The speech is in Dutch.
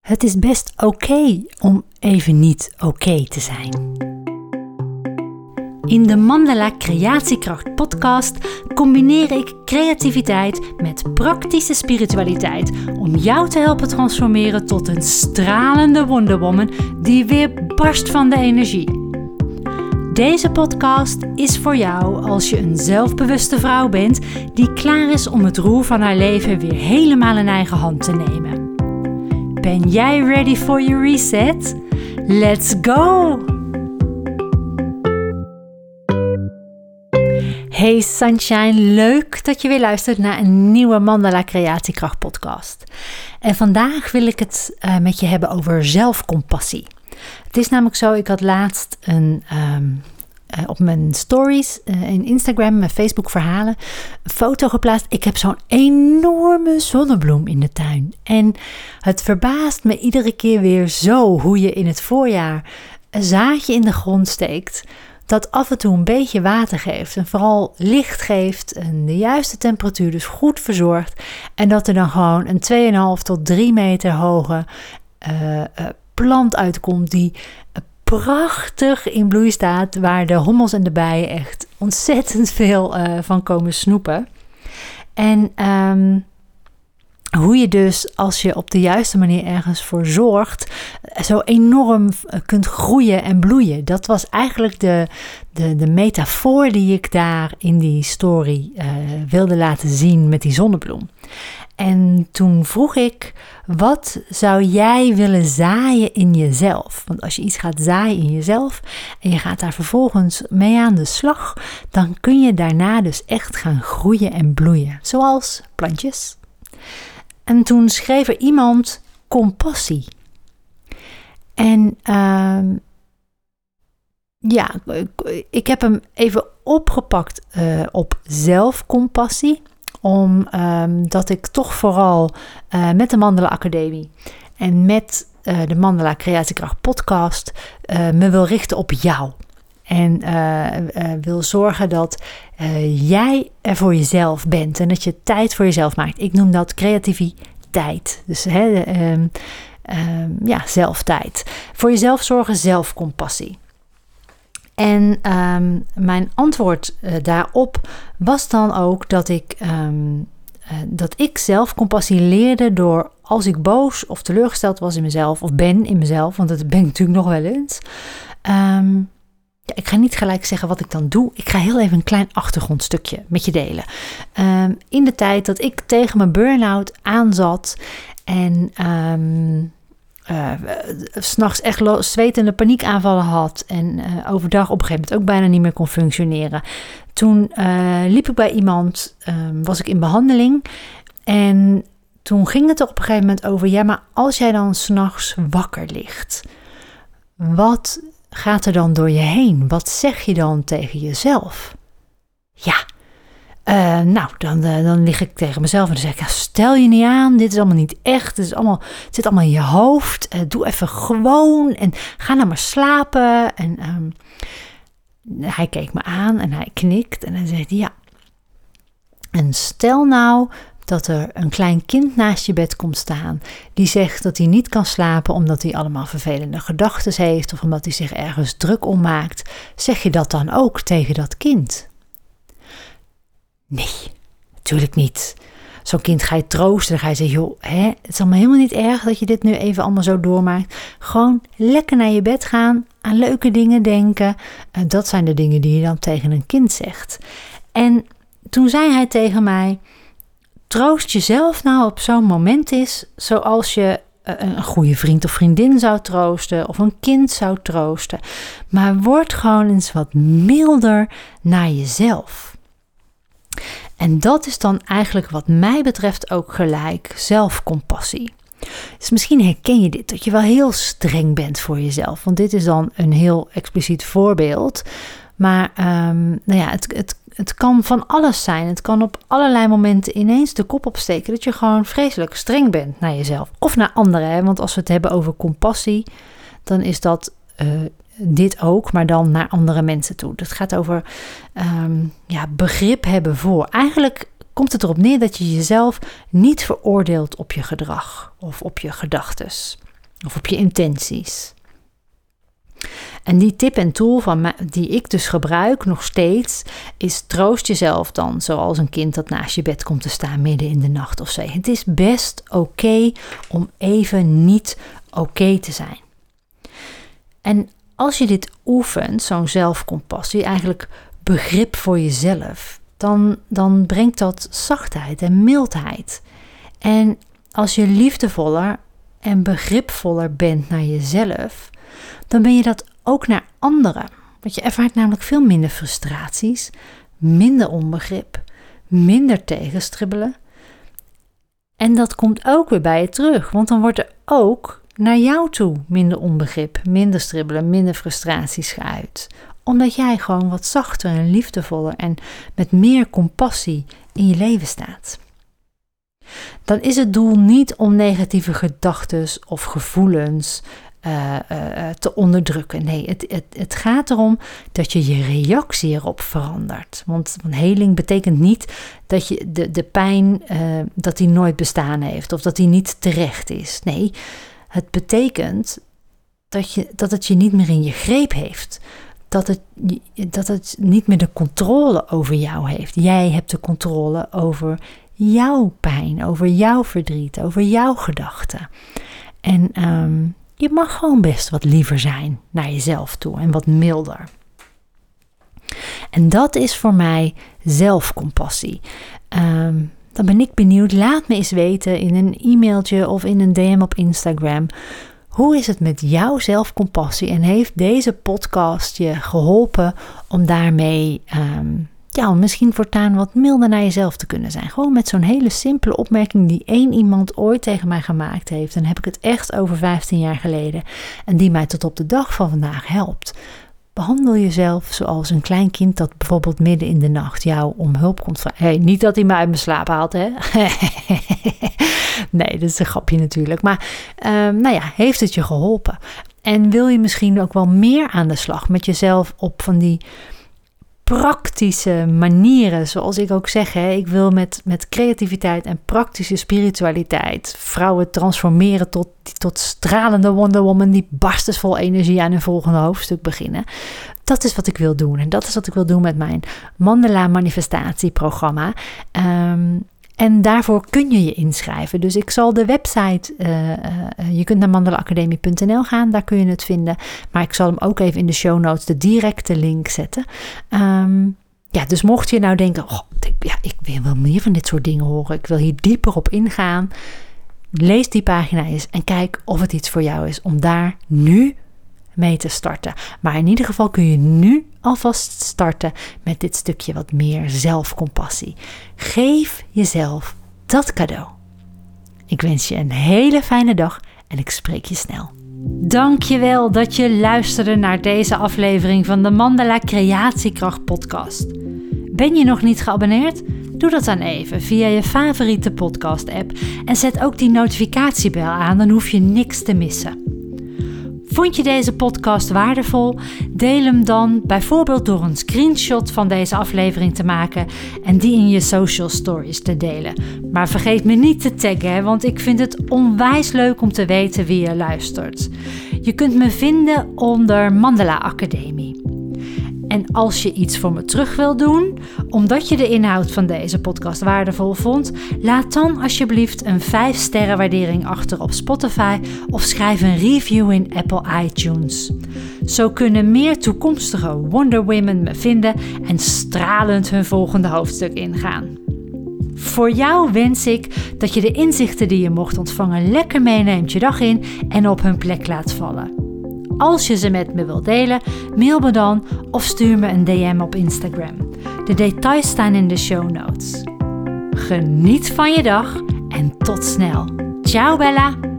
Het is best oké om even niet oké te zijn. In de Mandala Creatiekracht podcast combineer ik creativiteit met praktische spiritualiteit om jou te helpen transformeren tot een stralende Wonder Woman die weer barst van de energie. Deze podcast is voor jou als je een zelfbewuste vrouw bent die klaar is om het roer van haar leven weer helemaal in eigen hand te nemen. Ben jij ready for your reset? Let's go! Hey Sunshine, leuk dat je weer luistert naar een nieuwe Mandala Creatiekracht podcast. En vandaag wil ik het met je hebben over zelfcompassie. Het is namelijk zo, ik had laatst op mijn stories in Instagram, mijn Facebook verhalen, een foto geplaatst. Ik heb zo'n enorme zonnebloem in de tuin. En het verbaast me iedere keer weer zo hoe je in het voorjaar een zaadje in de grond steekt, dat af en toe een beetje water geeft en vooral licht geeft en de juiste temperatuur, dus goed verzorgt. En dat er dan gewoon een 2,5 tot 3 meter hoge plant uitkomt die prachtig in bloei staat, waar de hommels en de bijen echt ontzettend veel van komen snoepen. En hoe je dus, als je op de juiste manier ergens voor zorgt, zo enorm kunt groeien en bloeien. Dat was eigenlijk de metafoor die ik daar in die story wilde laten zien met die zonnebloem. En toen vroeg ik, wat zou jij willen zaaien in jezelf? Want als je iets gaat zaaien in jezelf en je gaat daar vervolgens mee aan de slag, dan kun je daarna dus echt gaan groeien en bloeien. Zoals plantjes. En toen schreef er iemand compassie. En ik heb hem even opgepakt op zelfcompassie. Omdat ik toch vooral met de Mandala Academie en met de Mandala Creatiekracht podcast me wil richten op jou. En wil zorgen dat jij er voor jezelf bent en dat je tijd voor jezelf maakt. Ik noem dat creativiteit. Dus zelftijd. Voor jezelf zorgen, zelfcompassie. En mijn antwoord daarop was dan ook dat ik zelfcompassie leerde door, als ik boos of teleurgesteld was in mezelf, of ben in mezelf, want dat ben ik natuurlijk nog wel eens. Ik ga niet gelijk zeggen wat ik dan doe. Ik ga heel even een klein achtergrondstukje met je delen. In de tijd dat ik tegen mijn burn-out aanzat en 's nachts echt zwetende paniekaanvallen had en overdag op een gegeven moment ook bijna niet meer kon functioneren. Toen liep ik bij iemand, was ik in behandeling en toen ging het er op een gegeven moment over, ja, maar als jij dan 's nachts wakker ligt, wat gaat er dan door je heen? Wat zeg je dan tegen jezelf? Ja, dan lig ik tegen mezelf en dan zeg ik, stel je niet aan, dit is allemaal niet echt, het zit allemaal in je hoofd, doe even gewoon en ga nou maar slapen. En hij keek me aan en hij knikt en hij zegt, ja. En stel nou dat er een klein kind naast je bed komt staan die zegt dat hij niet kan slapen omdat hij allemaal vervelende gedachten heeft of omdat hij zich ergens druk om maakt. Zeg je dat dan ook tegen dat kind? Nee, natuurlijk niet. Zo'n kind ga je troosten. Dan ga je zeggen, joh, het is allemaal helemaal niet erg dat je dit nu even allemaal zo doormaakt. Gewoon lekker naar je bed gaan, aan leuke dingen denken. Dat zijn de dingen die je dan tegen een kind zegt. En toen zei hij tegen mij, troost jezelf nou op zo'n moment is zoals je een goede vriend of vriendin zou troosten of een kind zou troosten. Maar word gewoon eens wat milder naar jezelf. En dat is dan eigenlijk wat mij betreft ook gelijk zelfcompassie. Dus misschien herken je dit, dat je wel heel streng bent voor jezelf. Want dit is dan een heel expliciet voorbeeld. Maar het kan van alles zijn. Het kan op allerlei momenten ineens de kop opsteken dat je gewoon vreselijk streng bent naar jezelf. Of naar anderen. Hè? Want als we het hebben over compassie, dan is dat dit ook, maar dan naar andere mensen toe. Dat gaat over begrip hebben voor. Eigenlijk komt het erop neer dat je jezelf niet veroordeelt op je gedrag of op je gedachtes. of op je intenties. En die tip en tool die ik dus gebruik nog steeds, is troost jezelf dan zoals een kind dat naast je bed komt te staan midden in de nacht of zo. Het is best oké om even niet oké te zijn. En als je dit oefent, zo'n zelfcompassie, eigenlijk begrip voor jezelf, dan brengt dat zachtheid en mildheid. En als je liefdevoller en begripvoller bent naar jezelf, dan ben je dat ook naar anderen. Want je ervaart namelijk veel minder frustraties, minder onbegrip, minder tegenstribbelen. En dat komt ook weer bij je terug, want dan wordt er ook naar jou toe minder onbegrip, minder stribbelen, minder frustraties geuit. Omdat jij gewoon wat zachter en liefdevoller en met meer compassie in je leven staat. Dan is het doel niet om negatieve gedachten of gevoelens te onderdrukken. Nee, het gaat erom dat je je reactie erop verandert. Want heling betekent niet dat je de pijn dat die nooit bestaan heeft of dat die niet terecht is. Nee, het betekent dat het je niet meer in je greep heeft. Dat het niet meer de controle over jou heeft. Jij hebt de controle over jouw pijn, over jouw verdriet, over jouw gedachten. En je mag gewoon best wat liever zijn naar jezelf toe en wat milder. En dat is voor mij zelfcompassie. Dan ben ik benieuwd. Laat me eens weten in een e-mailtje of in een DM op Instagram. Hoe is het met jouw zelfcompassie? En heeft deze podcast je geholpen om daarmee om misschien voortaan wat milder naar jezelf te kunnen zijn? Gewoon met zo'n hele simpele opmerking die één iemand ooit tegen mij gemaakt heeft. En dan heb ik het echt over 15 jaar geleden. En die mij tot op de dag van vandaag helpt. Behandel jezelf zoals een klein kind dat bijvoorbeeld midden in de nacht jou om hulp komt vragen. Hey, niet dat hij mij uit mijn slaap haalt, hè? Nee, dat is een grapje natuurlijk. Maar heeft het je geholpen? En wil je misschien ook wel meer aan de slag met jezelf op van die praktische manieren, zoals ik ook zeg, ik wil met creativiteit en praktische spiritualiteit vrouwen transformeren tot stralende Wonder Woman die barstensvol energie aan hun volgende hoofdstuk beginnen. Dat is wat ik wil doen en dat is wat ik wil doen met mijn Mandala manifestatieprogramma. En daarvoor kun je je inschrijven. Dus ik zal de website, je kunt naar mandalaacademie.nl gaan, daar kun je het vinden. Maar ik zal hem ook even in de show notes de directe link zetten. Dus mocht je nou denken, ik wil wel meer van dit soort dingen horen. Ik wil hier dieper op ingaan. Lees die pagina eens en kijk of het iets voor jou is om daar nu mee te starten. Maar in ieder geval kun je nu alvast starten met dit stukje wat meer zelfcompassie. Geef jezelf dat cadeau. Ik wens je een hele fijne dag en ik spreek je snel. Dankjewel dat je luisterde naar deze aflevering van de Mandala Creatiekracht podcast. Ben je nog niet geabonneerd? Doe dat dan even via je favoriete podcast app en zet ook die notificatiebel aan, dan hoef je niks te missen. Vond je deze podcast waardevol? Deel hem dan bijvoorbeeld door een screenshot van deze aflevering te maken en die in je social stories te delen. Maar vergeet me niet te taggen, want ik vind het onwijs leuk om te weten wie je luistert. Je kunt me vinden onder Mandala Academie. En als je iets voor me terug wil doen, omdat je de inhoud van deze podcast waardevol vond, laat dan alsjeblieft een 5-sterren waardering achter op Spotify of schrijf een review in Apple iTunes. Zo kunnen meer toekomstige Wonder Women me vinden en stralend hun volgende hoofdstuk ingaan. Voor jou wens ik dat je de inzichten die je mocht ontvangen lekker meeneemt je dag in en op hun plek laat vallen. Als je ze met me wilt delen, mail me dan of stuur me een DM op Instagram. De details staan in de show notes. Geniet van je dag en tot snel. Ciao Bella!